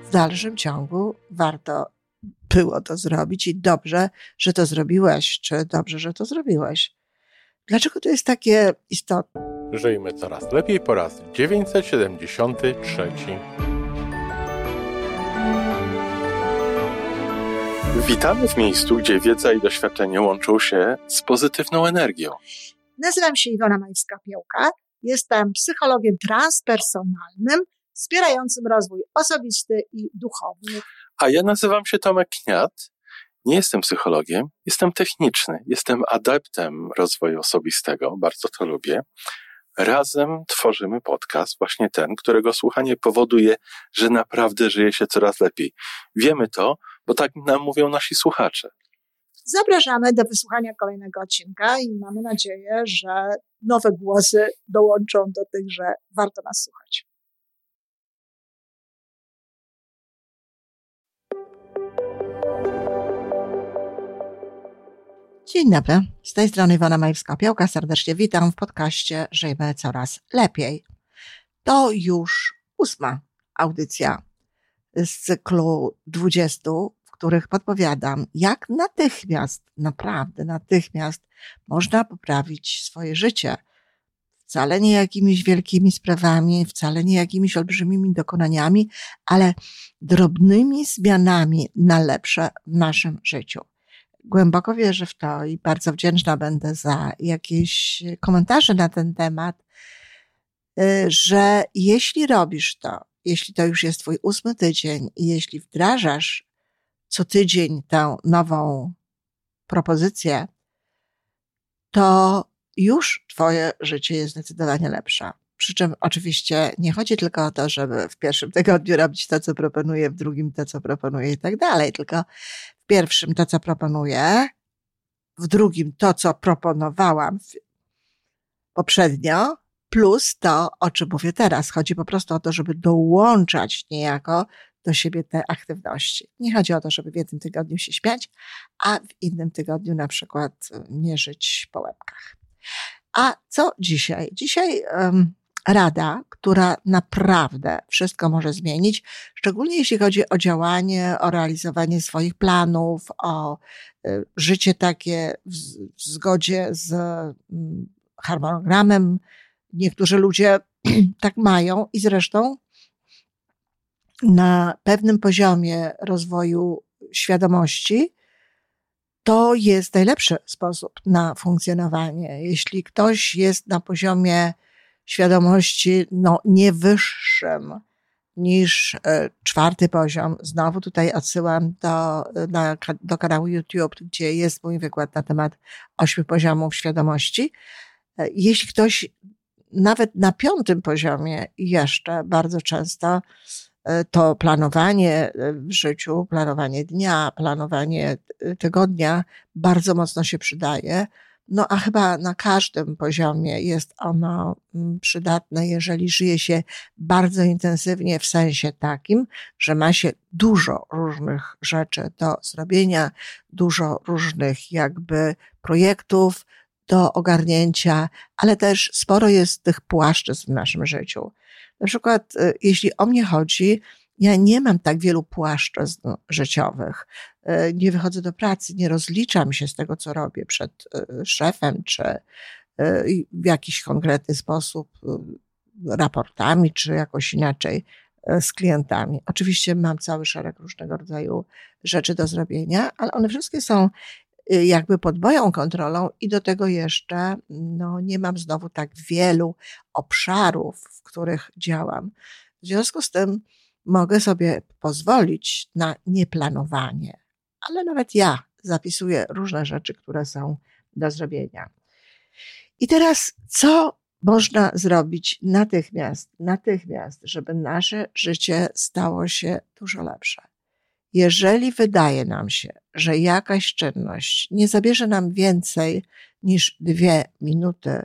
w dalszym ciągu warto było to zrobić i dobrze, że to zrobiłeś, czy dobrze, że to zrobiłeś. Dlaczego to jest takie istotne? Żyjmy coraz lepiej po raz 973. Witamy w miejscu, gdzie wiedza i doświadczenie łączą się z pozytywną energią. Nazywam się Iwona Majewska-Piołka. Jestem psychologiem transpersonalnym, wspierającym rozwój osobisty i duchowy. A ja nazywam się Tomek Kniat. Nie jestem psychologiem, jestem techniczny, jestem adeptem rozwoju osobistego, bardzo to lubię. Razem tworzymy podcast, właśnie ten, którego słuchanie powoduje, że naprawdę żyje się coraz lepiej. Wiemy to, bo tak nam mówią nasi słuchacze. Zapraszamy do wysłuchania kolejnego odcinka i mamy nadzieję, że nowe głosy dołączą do tych, że warto nas słuchać. Dzień dobry, z tej strony Iwona Majewska-Piołka. Serdecznie witam w podcaście Żyjmy Coraz Lepiej. To już 8. audycja z cyklu 20, w których podpowiadam, jak natychmiast, naprawdę natychmiast można poprawić swoje życie. Wcale nie jakimiś wielkimi sprawami, wcale nie jakimiś olbrzymimi dokonaniami, ale drobnymi zmianami na lepsze w naszym życiu. Głęboko wierzę w to i bardzo wdzięczna będę za jakieś komentarze na ten temat, że jeśli robisz to, jeśli to już jest twój 8. tydzień i jeśli wdrażasz co tydzień tę nową propozycję, to już twoje życie jest zdecydowanie lepsze. Przy czym oczywiście nie chodzi tylko o to, żeby w pierwszym tygodniu robić to, co proponuję, w drugim to, co proponuję i tak dalej, tylko w pierwszym to, co proponuję, w drugim to, co proponowałam poprzednio, plus to, o czym mówię teraz. Chodzi po prostu o to, żeby dołączać niejako do siebie te aktywności. Nie chodzi o to, żeby w jednym tygodniu się śmiać, a w innym tygodniu na przykład nie żyć po łebkach. A co dzisiaj? Dzisiaj rada, która naprawdę wszystko może zmienić, szczególnie jeśli chodzi o działanie, o realizowanie swoich planów, o życie takie w zgodzie z harmonogramem. Niektórzy ludzie tak mają i zresztą na pewnym poziomie rozwoju świadomości to jest najlepszy sposób na funkcjonowanie. Jeśli ktoś jest na poziomie świadomości nie wyższym niż 4. poziom, znowu tutaj odsyłam do kanału YouTube, gdzie jest mój wykład na temat 8 poziomów świadomości. Jeśli ktoś nawet na 5. poziomie jeszcze bardzo często to planowanie w życiu, planowanie dnia, planowanie tygodnia bardzo mocno się przydaje. A chyba na każdym poziomie jest ono przydatne, jeżeli żyje się bardzo intensywnie w sensie takim, że ma się dużo różnych rzeczy do zrobienia, dużo różnych jakby projektów do ogarnięcia, ale też sporo jest tych płaszczyzn w naszym życiu. Na przykład, jeśli o mnie chodzi, ja nie mam tak wielu płaszczyzn życiowych. Nie wychodzę do pracy, nie rozliczam się z tego, co robię przed szefem, czy w jakiś konkretny sposób raportami, czy jakoś inaczej z klientami. Oczywiście mam cały szereg różnego rodzaju rzeczy do zrobienia, ale one wszystkie są jakby pod moją kontrolą i do tego jeszcze nie mam znowu tak wielu obszarów, w których działam. W związku z tym mogę sobie pozwolić na nieplanowanie, ale nawet ja zapisuję różne rzeczy, które są do zrobienia. I teraz co można zrobić natychmiast, żeby nasze życie stało się dużo lepsze? Jeżeli wydaje nam się, że jakaś czynność nie zabierze nam więcej niż 2 minuty,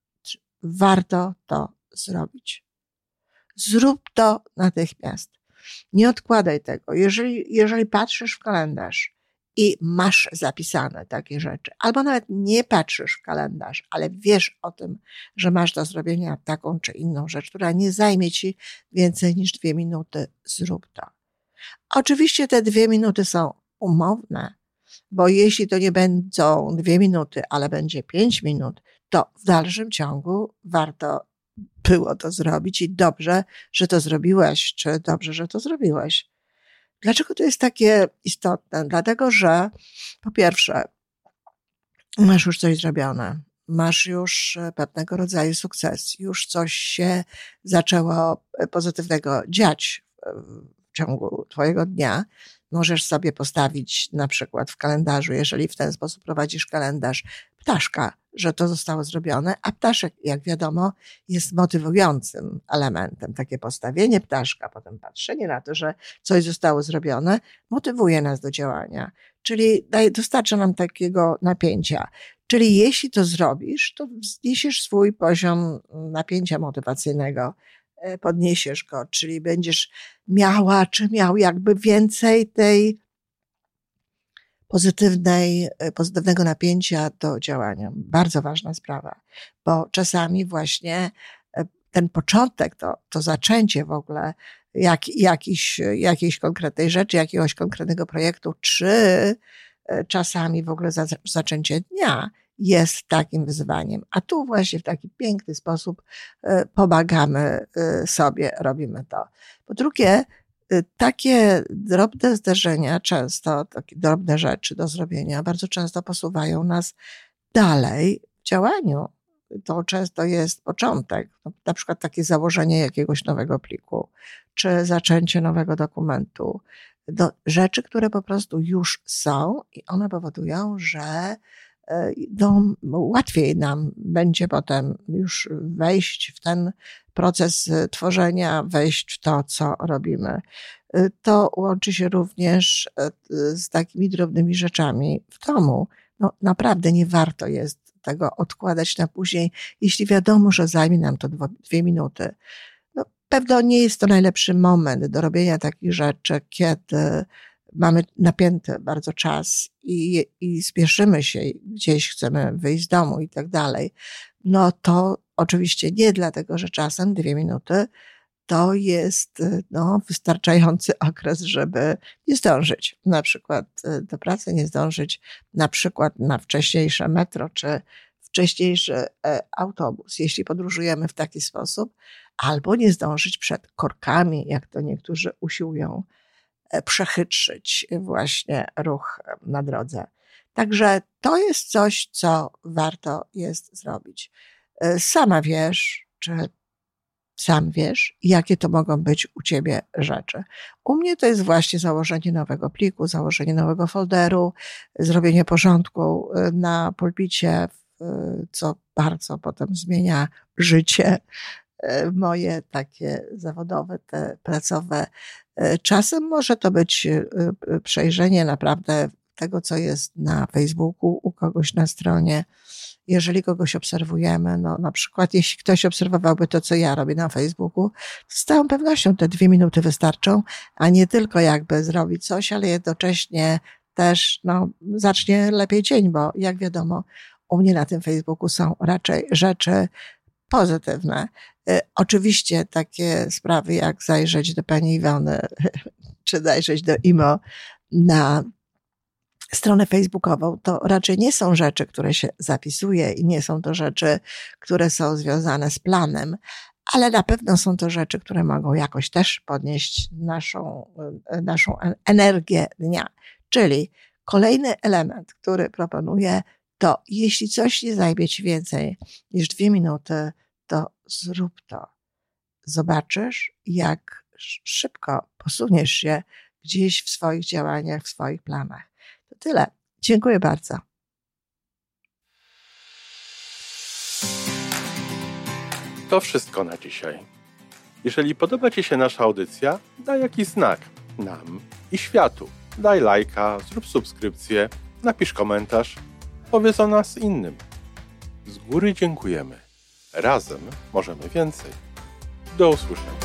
warto to zrobić. Zrób to natychmiast. Nie odkładaj tego. Jeżeli patrzysz w kalendarz i masz zapisane takie rzeczy, albo nawet nie patrzysz w kalendarz, ale wiesz o tym, że masz do zrobienia taką czy inną rzecz, która nie zajmie ci więcej niż 2 minuty, zrób to. Oczywiście te 2 minuty są umowne, bo jeśli to nie będą 2 minuty, ale będzie 5 minut, to w dalszym ciągu warto było to zrobić i dobrze, że to zrobiłeś, czy dobrze, że to zrobiłeś. Dlaczego to jest takie istotne? Dlatego, że po pierwsze, masz już coś zrobione, masz już pewnego rodzaju sukces, już coś się zaczęło pozytywnego dziać w ciągu twojego dnia. Możesz sobie postawić na przykład w kalendarzu, jeżeli w ten sposób prowadzisz kalendarz, ptaszka, że to zostało zrobione, a ptaszek, jak wiadomo, jest motywującym elementem. Takie postawienie ptaszka, potem patrzenie na to, że coś zostało zrobione, motywuje nas do działania, czyli dostarcza nam takiego napięcia. Czyli jeśli to zrobisz, to wzniesiesz swój poziom napięcia motywacyjnego, podniesiesz go, czyli będziesz miała, czy miał jakby więcej tej pozytywnego napięcia do działania. Bardzo ważna sprawa, bo czasami właśnie ten początek, to zaczęcie w ogóle jakiejś konkretnej rzeczy, jakiegoś konkretnego projektu, czy czasami w ogóle zaczęcie dnia jest takim wyzwaniem. A tu właśnie w taki piękny sposób pomagamy sobie, robimy to. Po drugie, takie drobne zdarzenia często, takie drobne rzeczy do zrobienia bardzo często posuwają nas dalej w działaniu. To często jest początek, na przykład takie założenie jakiegoś nowego pliku, czy zaczęcie nowego dokumentu. Do rzeczy, które po prostu już są i one powodują, że łatwiej nam będzie potem już wejść w ten proces tworzenia, wejść w to, co robimy. To łączy się również z takimi drobnymi rzeczami w domu. Naprawdę nie warto jest tego odkładać na później, jeśli wiadomo, że zajmie nam to 2 minuty. Pewno nie jest to najlepszy moment do robienia takich rzeczy, kiedy mamy napięty bardzo czas i spieszymy się, gdzieś chcemy wyjść z domu i tak dalej. To oczywiście nie dlatego, że czasem 2 minuty to jest wystarczający okres, żeby nie zdążyć na przykład do pracy, nie zdążyć na przykład na wcześniejsze metro czy wcześniejszy autobus, jeśli podróżujemy w taki sposób, albo nie zdążyć przed korkami, jak to niektórzy usiłują przechytrzyć właśnie ruch na drodze. Także to jest coś, co warto jest zrobić. Sama wiesz, czy sam wiesz, jakie to mogą być u ciebie rzeczy. U mnie to jest właśnie założenie nowego pliku, założenie nowego folderu, zrobienie porządku na pulpicie, co bardzo potem zmienia życie moje takie zawodowe, te pracowe. Czasem może to być przejrzenie naprawdę tego, co jest na Facebooku, u kogoś na stronie. Jeżeli kogoś obserwujemy, na przykład jeśli ktoś obserwowałby to, co ja robię na Facebooku, to z całą pewnością te 2 minuty wystarczą, a nie tylko jakby zrobić coś, ale jednocześnie też zacznie lepiej dzień, bo jak wiadomo, u mnie na tym Facebooku są raczej rzeczy pozytywne. Oczywiście takie sprawy jak zajrzeć do pani Iwony, czy zajrzeć do IMO na stronę facebookową, to raczej nie są rzeczy, które się zapisuje i nie są to rzeczy, które są związane z planem, ale na pewno są to rzeczy, które mogą jakoś też podnieść naszą energię dnia. Czyli kolejny element, który proponuję, to jeśli coś nie zajmie ci więcej niż 2 minuty, to zrób to. Zobaczysz, jak szybko posuniesz się gdzieś w swoich działaniach, w swoich planach. To tyle. Dziękuję bardzo. To wszystko na dzisiaj. Jeżeli podoba ci się nasza audycja, daj jakiś znak nam i światu. Daj lajka, zrób subskrypcję, napisz komentarz, powiedz o nas innym. Z góry dziękujemy. Razem możemy więcej. Do usłyszenia.